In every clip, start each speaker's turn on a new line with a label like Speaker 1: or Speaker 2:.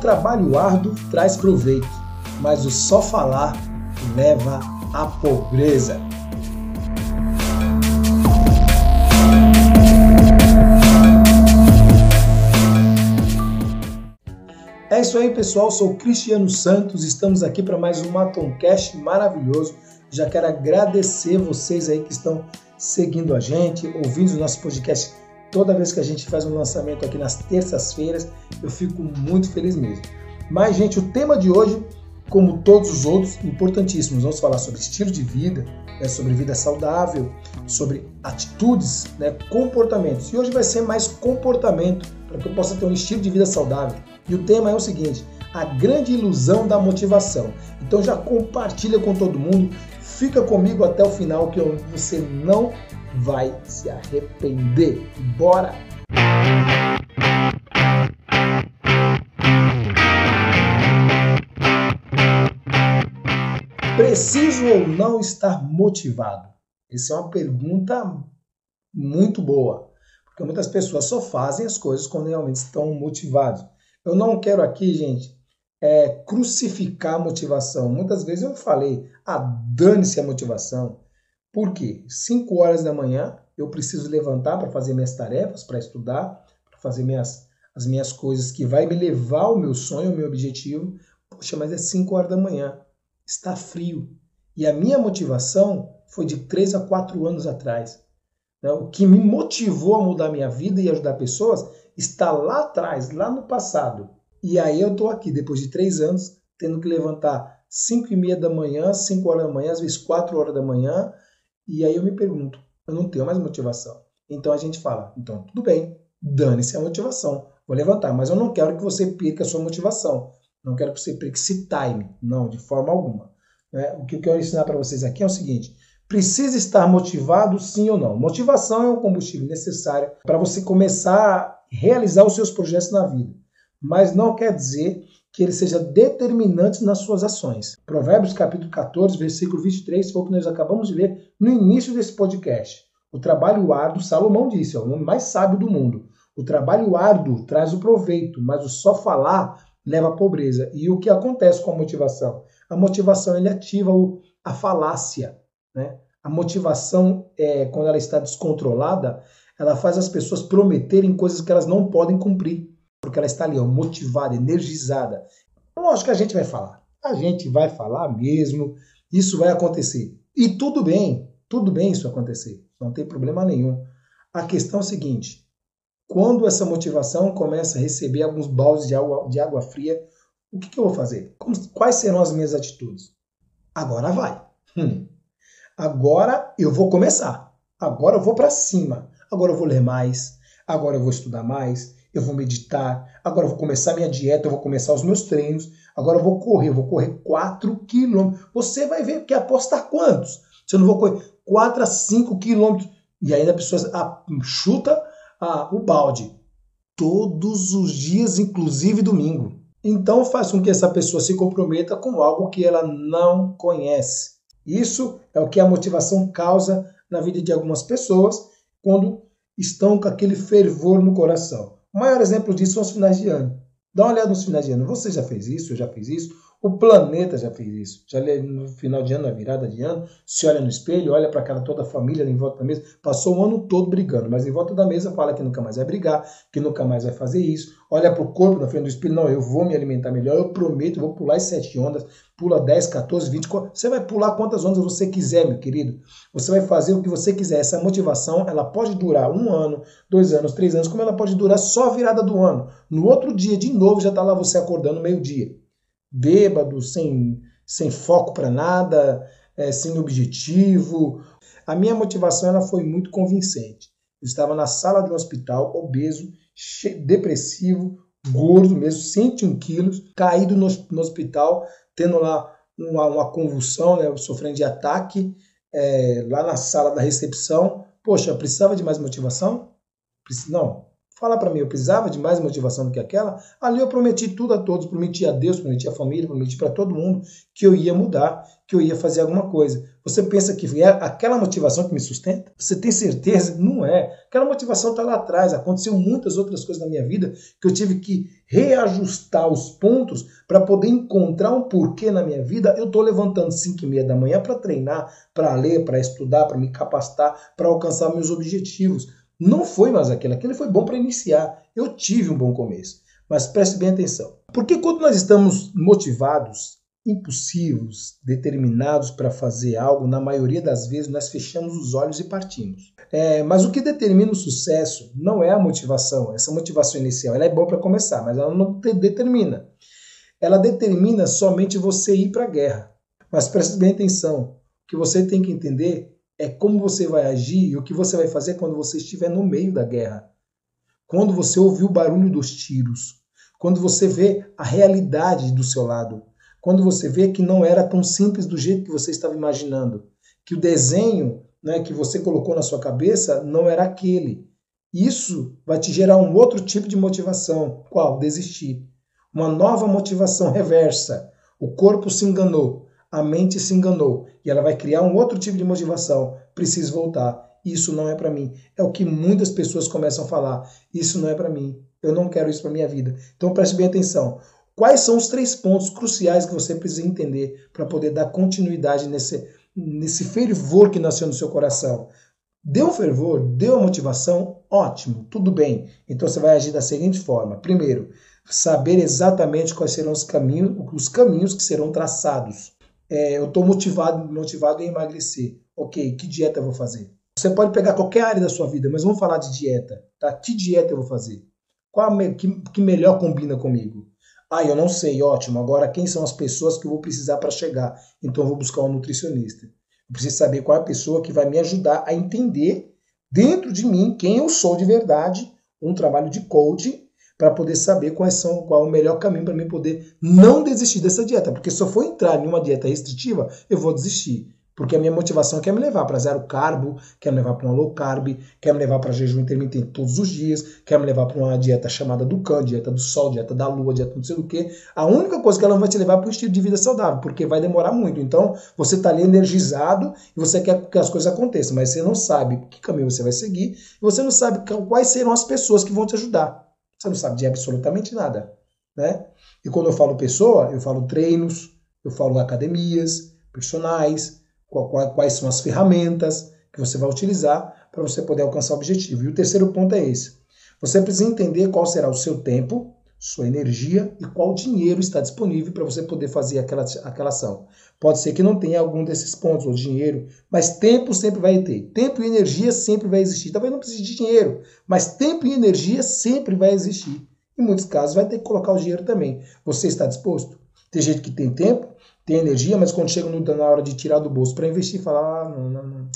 Speaker 1: trabalho árduo traz proveito, mas o só falar leva à pobreza. É isso aí, pessoal. Sou o Cristiano Santos. Estamos aqui para mais um Atomcast maravilhoso. Já quero agradecer vocês aí que estão seguindo a gente, ouvindo o nosso podcast toda vez que a gente faz um lançamento aqui nas terças-feiras. Eu fico muito feliz mesmo. Mas, gente, o tema de hoje, como todos os outros, importantíssimos. Vamos falar sobre estilo de vida, sobre vida saudável, sobre atitudes, comportamentos. E hoje vai ser mais comportamento, para que eu possa ter um estilo de vida saudável. E o tema é o seguinte: a grande ilusão da motivação. Então já compartilha com todo mundo, fica comigo até o final que você não vai se arrepender. Bora! Preciso ou não estar motivado? Essa é uma pergunta muito boa, porque muitas pessoas só fazem as coisas quando realmente estão motivados. Eu não quero aqui, gente, crucificar a motivação. Muitas vezes eu falei, dane-se a motivação. Por quê? 5 horas da manhã eu preciso levantar para fazer minhas tarefas, para estudar, para fazer as minhas coisas que vai me levar ao meu sonho, ao meu objetivo. Poxa, mas é 5 horas da manhã. Está frio. E a minha motivação foi de 3 a 4 anos atrás. O que me motivou a mudar minha vida e ajudar pessoas está lá atrás, lá no passado. E aí eu estou aqui, depois de 3 anos, tendo que levantar 5h30 da manhã, 5 horas da manhã, às vezes 4 horas da manhã. E aí eu me pergunto, eu não tenho mais motivação. Então a gente fala, então tudo bem, dane-se a motivação. Vou levantar, mas eu não quero que você perca a sua motivação. Não quero que você perca esse time. Não, de forma alguma. O que eu quero ensinar para vocês aqui é o seguinte: precisa estar motivado, sim ou não? Motivação é um combustível necessário para você começar a realizar os seus projetos na vida. Mas não quer dizer que ele seja determinante nas suas ações. Provérbios capítulo 14, versículo 23, foi o que nós acabamos de ler no início desse podcast. O trabalho árduo, Salomão disse, é o homem mais sábio do mundo. O trabalho árduo traz o proveito, mas o só falar leva à pobreza. E o que acontece com a motivação? A motivação ele ativa a falácia. A motivação, quando ela está descontrolada, ela faz as pessoas prometerem coisas que elas não podem cumprir, porque ela está ali, motivada, energizada. Lógico que a gente vai falar mesmo, isso vai acontecer. E tudo bem isso acontecer, não tem problema nenhum. A questão é a seguinte: quando essa motivação começa a receber alguns baldes de água fria, o que eu vou fazer? Quais serão as minhas atitudes? Agora vai. Agora eu vou começar. Agora eu vou para cima. Agora eu vou ler mais. Agora eu vou estudar mais. Eu vou meditar. Agora eu vou começar minha dieta. Eu vou começar os meus treinos. Agora eu vou correr. Eu vou correr 4 quilômetros. Você vai ver que apostar quantos? Se eu não vou correr 4 a 5 quilômetros. E ainda a pessoa chuta o balde. Todos os dias, inclusive domingo. Então faz com que essa pessoa se comprometa com algo que ela não conhece. Isso é o que a motivação causa na vida de algumas pessoas quando estão com aquele fervor no coração. O maior exemplo disso são os finais de ano. Dá uma olhada nos finais de ano. Você já fez isso? Eu já fiz isso. O planeta já fez isso. Já no final de ano, na virada de ano, se olha no espelho, olha para aquela toda a família em volta da mesa. Passou o ano todo brigando, mas em volta da mesa fala que nunca mais vai brigar, que nunca mais vai fazer isso. Olha para o corpo na frente do espelho. Não, eu vou me alimentar melhor. Eu prometo, eu vou pular as 7 ondas. Pula 10, 14, 20. Você vai pular quantas ondas você quiser, meu querido. Você vai fazer o que você quiser. Essa motivação, ela pode durar 1 ano, 2 anos, 3 anos, como ela pode durar só a virada do ano. No outro dia, de novo, já está lá você acordando meio-dia. Bêbado, sem foco para nada, sem objetivo. A minha motivação ela foi muito convincente. Eu estava na sala de um hospital, obeso, depressivo, gordo mesmo, 101 quilos, caído no hospital, tendo lá uma convulsão, sofrendo de ataque, lá na sala da recepção. Poxa, precisava de mais motivação? Não. Fala para mim, eu precisava de mais motivação do que aquela? Ali eu prometi tudo a todos, prometi a Deus, prometi a família, prometi para todo mundo que eu ia mudar, que eu ia fazer alguma coisa. Você pensa que é aquela motivação que me sustenta? Você tem certeza? Não é. Aquela motivação está lá atrás. Aconteceu muitas outras coisas na minha vida que eu tive que reajustar os pontos para poder encontrar um porquê na minha vida. Eu estou levantando 5h30 da manhã para treinar, para ler, para estudar, para me capacitar, para alcançar meus objetivos. Não foi mais aquilo foi bom para iniciar. Eu tive um bom começo. Mas preste bem atenção. Porque quando nós estamos motivados, impulsivos, determinados para fazer algo, na maioria das vezes nós fechamos os olhos e partimos. Mas o que determina o sucesso não é a motivação, essa motivação inicial. Ela é boa para começar, mas ela não determina. Ela determina somente você ir para a guerra. Mas preste bem atenção, o que você tem que entender é como você vai agir e o que você vai fazer quando você estiver no meio da guerra. Quando você ouvir o barulho dos tiros, quando você vê a realidade do seu lado, quando você vê que não era tão simples do jeito que você estava imaginando, que o desenho, né, que você colocou na sua cabeça não era aquele. Isso vai te gerar um outro tipo de motivação. Qual? Desistir. Uma nova motivação reversa. O corpo se enganou, a mente se enganou e ela vai criar um outro tipo de motivação. Preciso voltar. Isso não é para mim. É o que muitas pessoas começam a falar. Isso não é para mim. Eu não quero isso para minha vida. Então preste bem atenção. Quais são os 3 pontos cruciais que você precisa entender para poder dar continuidade nesse fervor que nasceu no seu coração? Deu fervor? Deu a motivação? Ótimo, tudo bem. Então você vai agir da seguinte forma. Primeiro, saber exatamente quais serão os caminhos que serão traçados. Eu estou motivado em emagrecer. Ok, que dieta eu vou fazer? Você pode pegar qualquer área da sua vida, mas vamos falar de dieta. Tá? Que dieta eu vou fazer? Que melhor combina comigo? Eu não sei, ótimo. Agora, quem são as pessoas que eu vou precisar para chegar? Então, eu vou buscar um nutricionista. Eu preciso saber qual é a pessoa que vai me ajudar a entender dentro de mim quem eu sou de verdade, um trabalho de coaching, para poder saber qual é o melhor caminho para mim poder não desistir dessa dieta. Porque se eu for entrar em uma dieta restritiva, eu vou desistir. Porque a minha motivação quer me levar para zero carbo, quer me levar para uma low carb, quer me levar para jejum intermitente todos os dias, quer me levar para uma dieta chamada do Khan, dieta do sol, dieta da lua, dieta não sei do que. A única coisa que ela não vai te levar para um estilo de vida saudável, porque vai demorar muito. Então, você está ali energizado e você quer que as coisas aconteçam, mas você não sabe que caminho você vai seguir e você não sabe quais serão as pessoas que vão te ajudar. Você não sabe de absolutamente nada, né? E quando eu falo pessoa, eu falo treinos, eu falo academias, personagens, quais são as ferramentas que você vai utilizar para você poder alcançar o objetivo. E o terceiro ponto é esse. Você precisa entender qual será o seu tempo, sua energia e qual dinheiro está disponível para você poder fazer aquela ação. Pode ser que não tenha algum desses pontos, ou dinheiro, mas tempo sempre vai ter. Tempo e energia sempre vai existir. Talvez não precise de dinheiro, mas tempo e energia sempre vai existir. Em muitos casos vai ter que colocar o dinheiro também. Você está disposto? Tem gente que tem tempo, tem energia, mas quando chega na hora de tirar do bolso para investir, fala, não.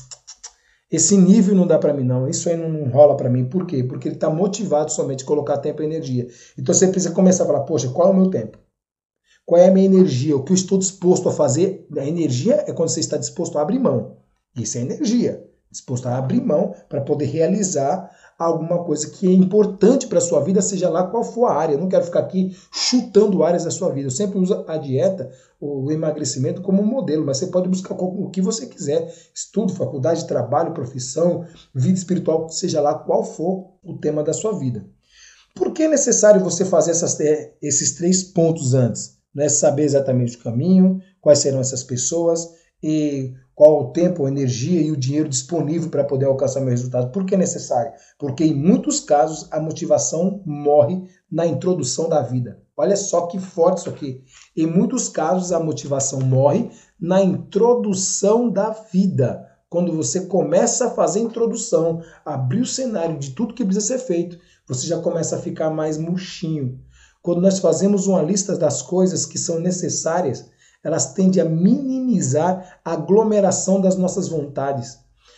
Speaker 1: Esse nível não dá para mim, não. Isso aí não rola para mim. Por quê? Porque ele está motivado somente a colocar tempo e energia. Então você precisa começar a falar, poxa, qual é o meu tempo? Qual é a minha energia? O que eu estou disposto a fazer? A energia é quando você está disposto a abrir mão. Isso é energia. Disposto a abrir mão para poder realizar alguma coisa que é importante para a sua vida, seja lá qual for a área. Eu não quero ficar aqui chutando áreas da sua vida. Eu sempre uso a dieta, o emagrecimento como um modelo, mas você pode buscar o que você quiser. Estudo, faculdade, trabalho, profissão, vida espiritual, seja lá qual for o tema da sua vida. Por que é necessário você fazer esses 3 pontos antes? Né? Saber exatamente o caminho, quais serão essas pessoas e qual o tempo, a energia e o dinheiro disponível para poder alcançar meu resultado. Por que é necessário? Porque em muitos casos a motivação morre na introdução da vida. Olha só que forte isso aqui. Em muitos casos a motivação morre na introdução da vida. Quando você começa a fazer a introdução, abrir o cenário de tudo que precisa ser feito, você já começa a ficar mais murchinho. Quando nós fazemos uma lista das coisas que são necessárias, elas tendem a minimizar a aglomeração das nossas vontades,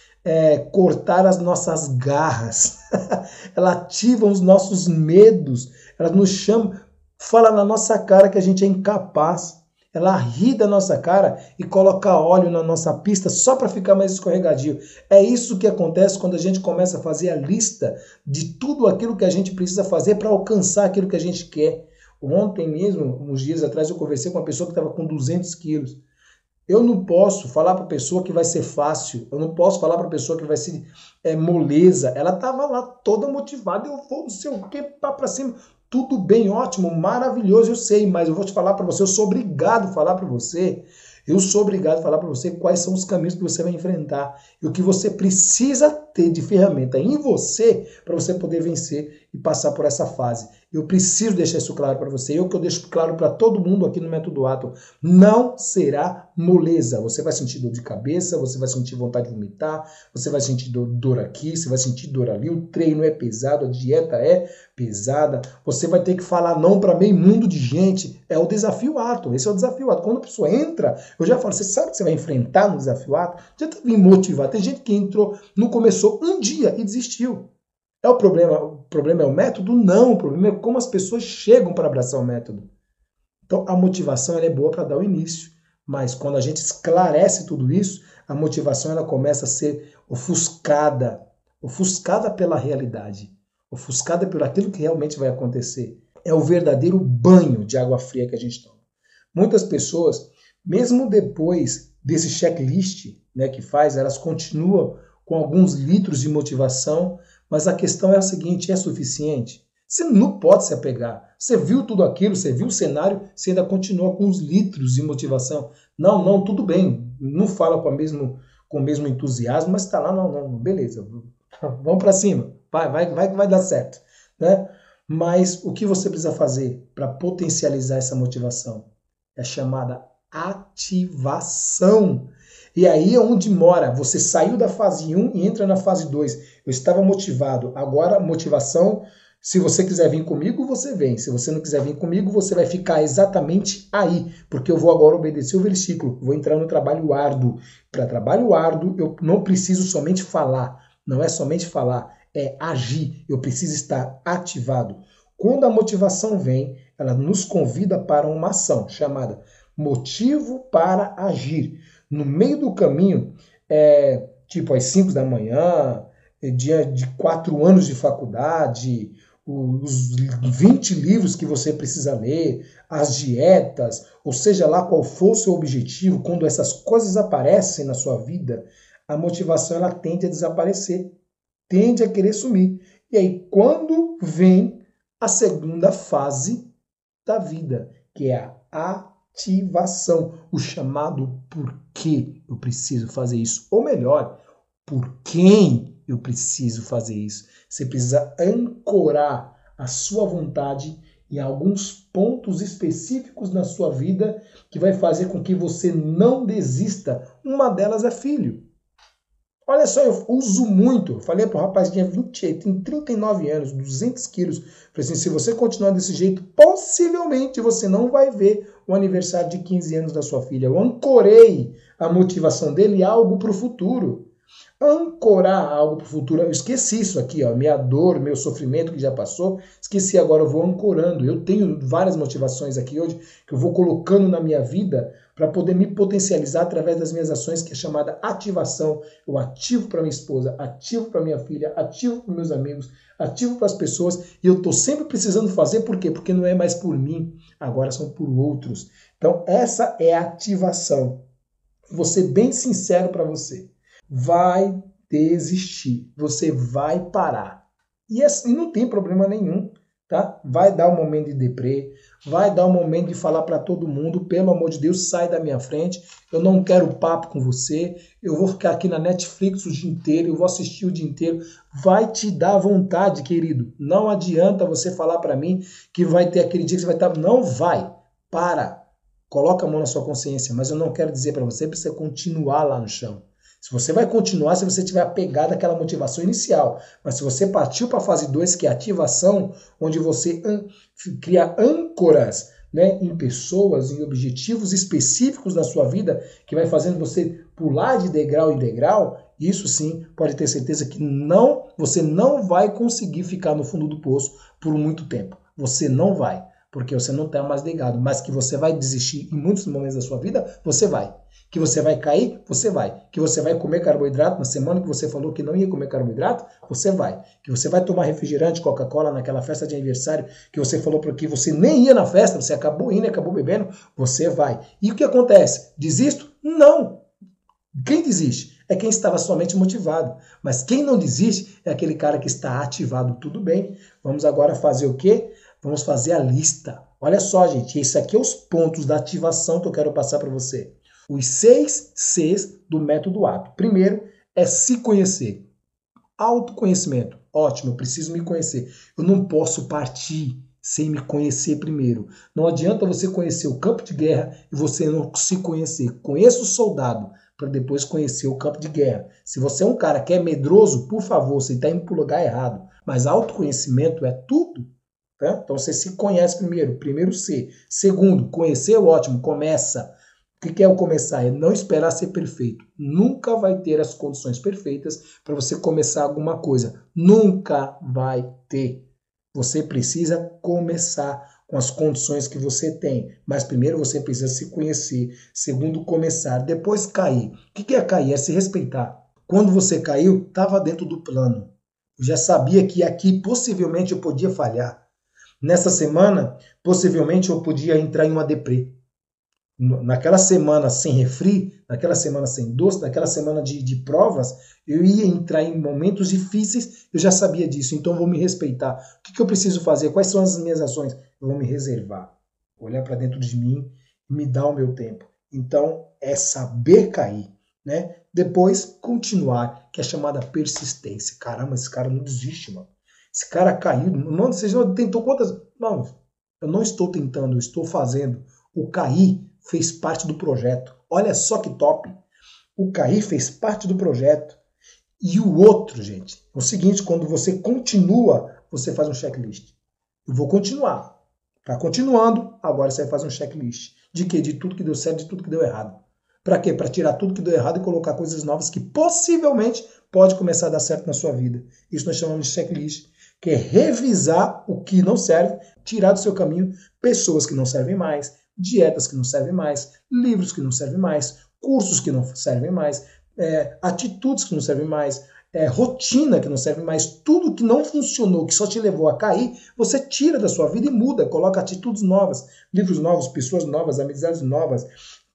Speaker 1: cortar as nossas garras, ela ativa os nossos medos, ela nos chama, fala na nossa cara que a gente é incapaz. ela ri da nossa cara e coloca óleo na nossa pista só para ficar mais escorregadio. É isso que acontece quando a gente começa a fazer a lista de tudo aquilo que a gente precisa fazer para alcançar aquilo que a gente quer. Ontem mesmo, uns dias atrás, eu conversei com uma pessoa que estava com 200 quilos. Eu não posso falar para a pessoa que vai ser fácil, eu não posso falar para a pessoa que vai ser moleza. Ela estava lá toda motivada, eu vou não sei o que, para cima. Tudo bem, ótimo, maravilhoso, eu sei, mas eu vou te falar para você, eu sou obrigado a falar para você. Eu sou obrigado a falar para você quais são os caminhos que você vai enfrentar e o que você precisa ter de ferramenta em você para você poder vencer e passar por essa fase. Eu preciso deixar isso claro para você. Eu deixo claro para todo mundo aqui no Método Atlas. Não será moleza. Você vai sentir dor de cabeça, você vai sentir vontade de vomitar, você vai sentir dor aqui, você vai sentir dor ali. O treino é pesado, a dieta é pesada. Você vai ter que falar não para meio mundo de gente. É o desafio Atlas. Esse é o desafio Atlas. Quando a pessoa entra, eu já falo, você sabe que você vai enfrentar no desafio Atlas? Já está bem motivado. Tem gente que entrou, não começou um dia e desistiu. É o problema é o método? Não, o problema é como as pessoas chegam para abraçar o método. Então, a motivação ela é boa para dar o início, mas quando a gente esclarece tudo isso, a motivação ela começa a ser ofuscada pela realidade, ofuscada por aquilo que realmente vai acontecer. É o verdadeiro banho de água fria que a gente toma. Muitas pessoas, mesmo depois desse checklist, né, que faz, elas continuam com alguns litros de motivação, mas a questão é a seguinte, é suficiente? Você não pode se apegar. Você viu tudo aquilo, você viu o cenário, você ainda continua com uns litros de motivação. Não, tudo bem. Não fala com o mesmo entusiasmo, mas está lá, não, beleza. Vamos para cima. Vai dar certo. Né? Mas o que você precisa fazer para potencializar essa motivação? É chamada ativação. E aí é onde mora. Você saiu da fase 1 e entra na fase 2. Eu estava motivado. Agora, motivação, se você quiser vir comigo, você vem. Se você não quiser vir comigo, você vai ficar exatamente aí. Porque eu vou agora obedecer o versículo. Vou entrar no trabalho árduo. Para trabalho árduo, eu não preciso somente falar. Não é somente falar, é agir. Eu preciso estar ativado. Quando a motivação vem, ela nos convida para uma ação chamada motivo para agir. No meio do caminho, tipo às 5 da manhã, dia de 4 anos de faculdade, os 20 livros que você precisa ler, as dietas, ou seja lá qual for o seu objetivo, quando essas coisas aparecem na sua vida, a motivação ela tende a desaparecer, tende a querer sumir. E aí, quando vem a segunda fase da vida, que é a ativação, o chamado por que eu preciso fazer isso, ou melhor, por quem eu preciso fazer isso. Você precisa ancorar a sua vontade em alguns pontos específicos na sua vida que vai fazer com que você não desista. Uma delas é filho. Olha só, eu uso muito. Falei para o rapaz que tem 39 anos, 200 quilos. Falei assim, se você continuar desse jeito, possivelmente você não vai ver o aniversário de 15 anos da sua filha. Eu ancorei a motivação dele algo para o futuro. Ancorar algo para o futuro. Eu esqueci isso aqui, ó, minha dor, meu sofrimento que já passou. Esqueci, agora eu vou ancorando. Eu tenho várias motivações aqui hoje que eu vou colocando na minha vida para poder me potencializar através das minhas ações, que é chamada ativação. Eu ativo para minha esposa, ativo para minha filha, ativo para meus amigos, ativo para as pessoas. E eu estou sempre precisando fazer, por quê? Porque não é mais por mim, agora são por outros. Então essa é a ativação. Vou ser bem sincero para você. Vai desistir, você vai parar. E assim não tem problema nenhum, tá? Vai dar um momento de deprê, vai dar um momento de falar para todo mundo, pelo amor de Deus, sai da minha frente, eu não quero papo com você, eu vou ficar aqui na Netflix o dia inteiro, eu vou assistir o dia inteiro. Vai te dar vontade, querido. Não adianta você falar para mim que vai ter aquele dia que você vai estar... Não vai, para, coloca a mão na sua consciência, mas eu não quero dizer para você continuar lá no chão. Se você vai continuar, se você tiver apegado àquela motivação inicial. Mas se você partiu para a fase 2, que é a ativação, onde você cria âncoras, né, em pessoas, em objetivos específicos da sua vida, que vai fazendo você pular de degrau em degrau, isso sim, pode ter certeza que você não vai conseguir ficar no fundo do poço por muito tempo. Você não vai. porque você não está mais ligado, mas que você vai desistir em muitos momentos da sua vida, você vai. Que você vai cair, você vai. Que você vai comer carboidrato na semana que você falou que não ia comer carboidrato, você vai. Que você vai tomar refrigerante, Coca-Cola naquela festa de aniversário que você falou porque você nem ia na festa, você acabou indo, acabou bebendo, você vai. E o que acontece? Desisto? Não. Quem desiste? É quem estava somente motivado. Mas quem não desiste é aquele cara que está ativado. Tudo bem. Vamos agora fazer o quê? Vamos fazer a lista. Olha só, gente. Esse aqui é os pontos da ativação que eu quero passar para você. Os 6 Cs do método ATO. Primeiro é se conhecer. Autoconhecimento. Ótimo, eu preciso me conhecer. Eu não posso partir sem me conhecer primeiro. Não adianta você conhecer o campo de guerra e você não se conhecer. Conheça o soldado para depois conhecer o campo de guerra. Se você é um cara que é medroso, por favor, você está indo para o lugar errado. Mas autoconhecimento é tudo. Tá? Então você se conhece primeiro. Primeiro C. Segundo, conhecer o ótimo. Começa. O que é o começar? É não esperar ser perfeito. Nunca vai ter as condições perfeitas para você começar alguma coisa. Nunca vai ter. Você precisa começar com as condições que você tem. Mas primeiro você precisa se conhecer. Segundo, começar. Depois cair. O que é cair? É se respeitar. Quando você caiu, estava dentro do plano. Eu já sabia que aqui possivelmente eu podia falhar. Nessa semana, possivelmente eu podia entrar em uma deprê. Naquela semana sem refri, naquela semana sem doce, naquela semana de provas, eu ia entrar em momentos difíceis, eu já sabia disso, então eu vou me respeitar. O que eu preciso fazer? Quais são as minhas ações? Eu vou me reservar, olhar para dentro de mim e me dar o meu tempo. Então, é saber cair, né? Depois, continuar, que é chamada persistência. Caramba, esse cara não desiste, mano. Esse cara caiu. Mano, você já tentou quantas? Não, eu não estou tentando, eu estou fazendo. O cair fez parte do projeto. Olha só que top. O cair fez parte do projeto. E o outro, gente, é o seguinte, quando você continua, você faz um checklist. Eu vou continuar. Tá continuando, agora você vai fazer um checklist. De quê? De tudo que deu certo, de tudo que deu errado. Para quê? Para tirar tudo que deu errado e colocar coisas novas que possivelmente pode começar a dar certo na sua vida. Isso nós chamamos de checklist, que é revisar o que não serve, tirar do seu caminho pessoas que não servem mais, dietas que não servem mais, livros que não servem mais, cursos que não servem mais, atitudes que não servem mais, rotina que não serve mais, tudo que não funcionou, que só te levou a cair, você tira da sua vida e muda, coloca atitudes novas, livros novos, pessoas novas, amizades novas,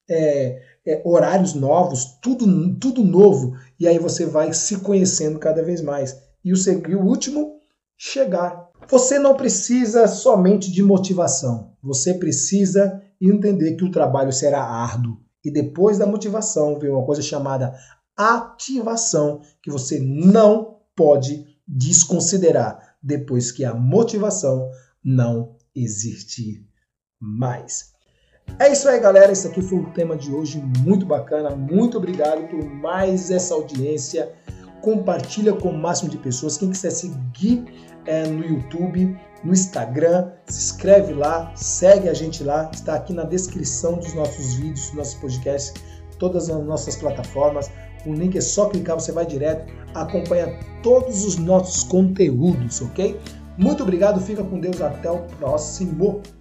Speaker 1: horários novos, tudo novo, e aí você vai se conhecendo cada vez mais. E o último, chegar. Você não precisa somente de motivação, você precisa entender que o trabalho será árduo. E depois da motivação vem uma coisa chamada ativação, que você não pode desconsiderar depois que a motivação não existir mais. É isso aí, galera. Esse aqui foi o tema de hoje, muito bacana. Muito obrigado por mais essa audiência. Compartilha com o máximo de pessoas. Quem quiser seguir no YouTube, no Instagram, se inscreve lá, segue a gente lá. Está aqui na descrição dos nossos vídeos, dos nossos podcasts, todas as nossas plataformas. O link é só clicar, você vai direto, acompanha todos os nossos conteúdos, ok? Muito obrigado, fica com Deus, até o próximo.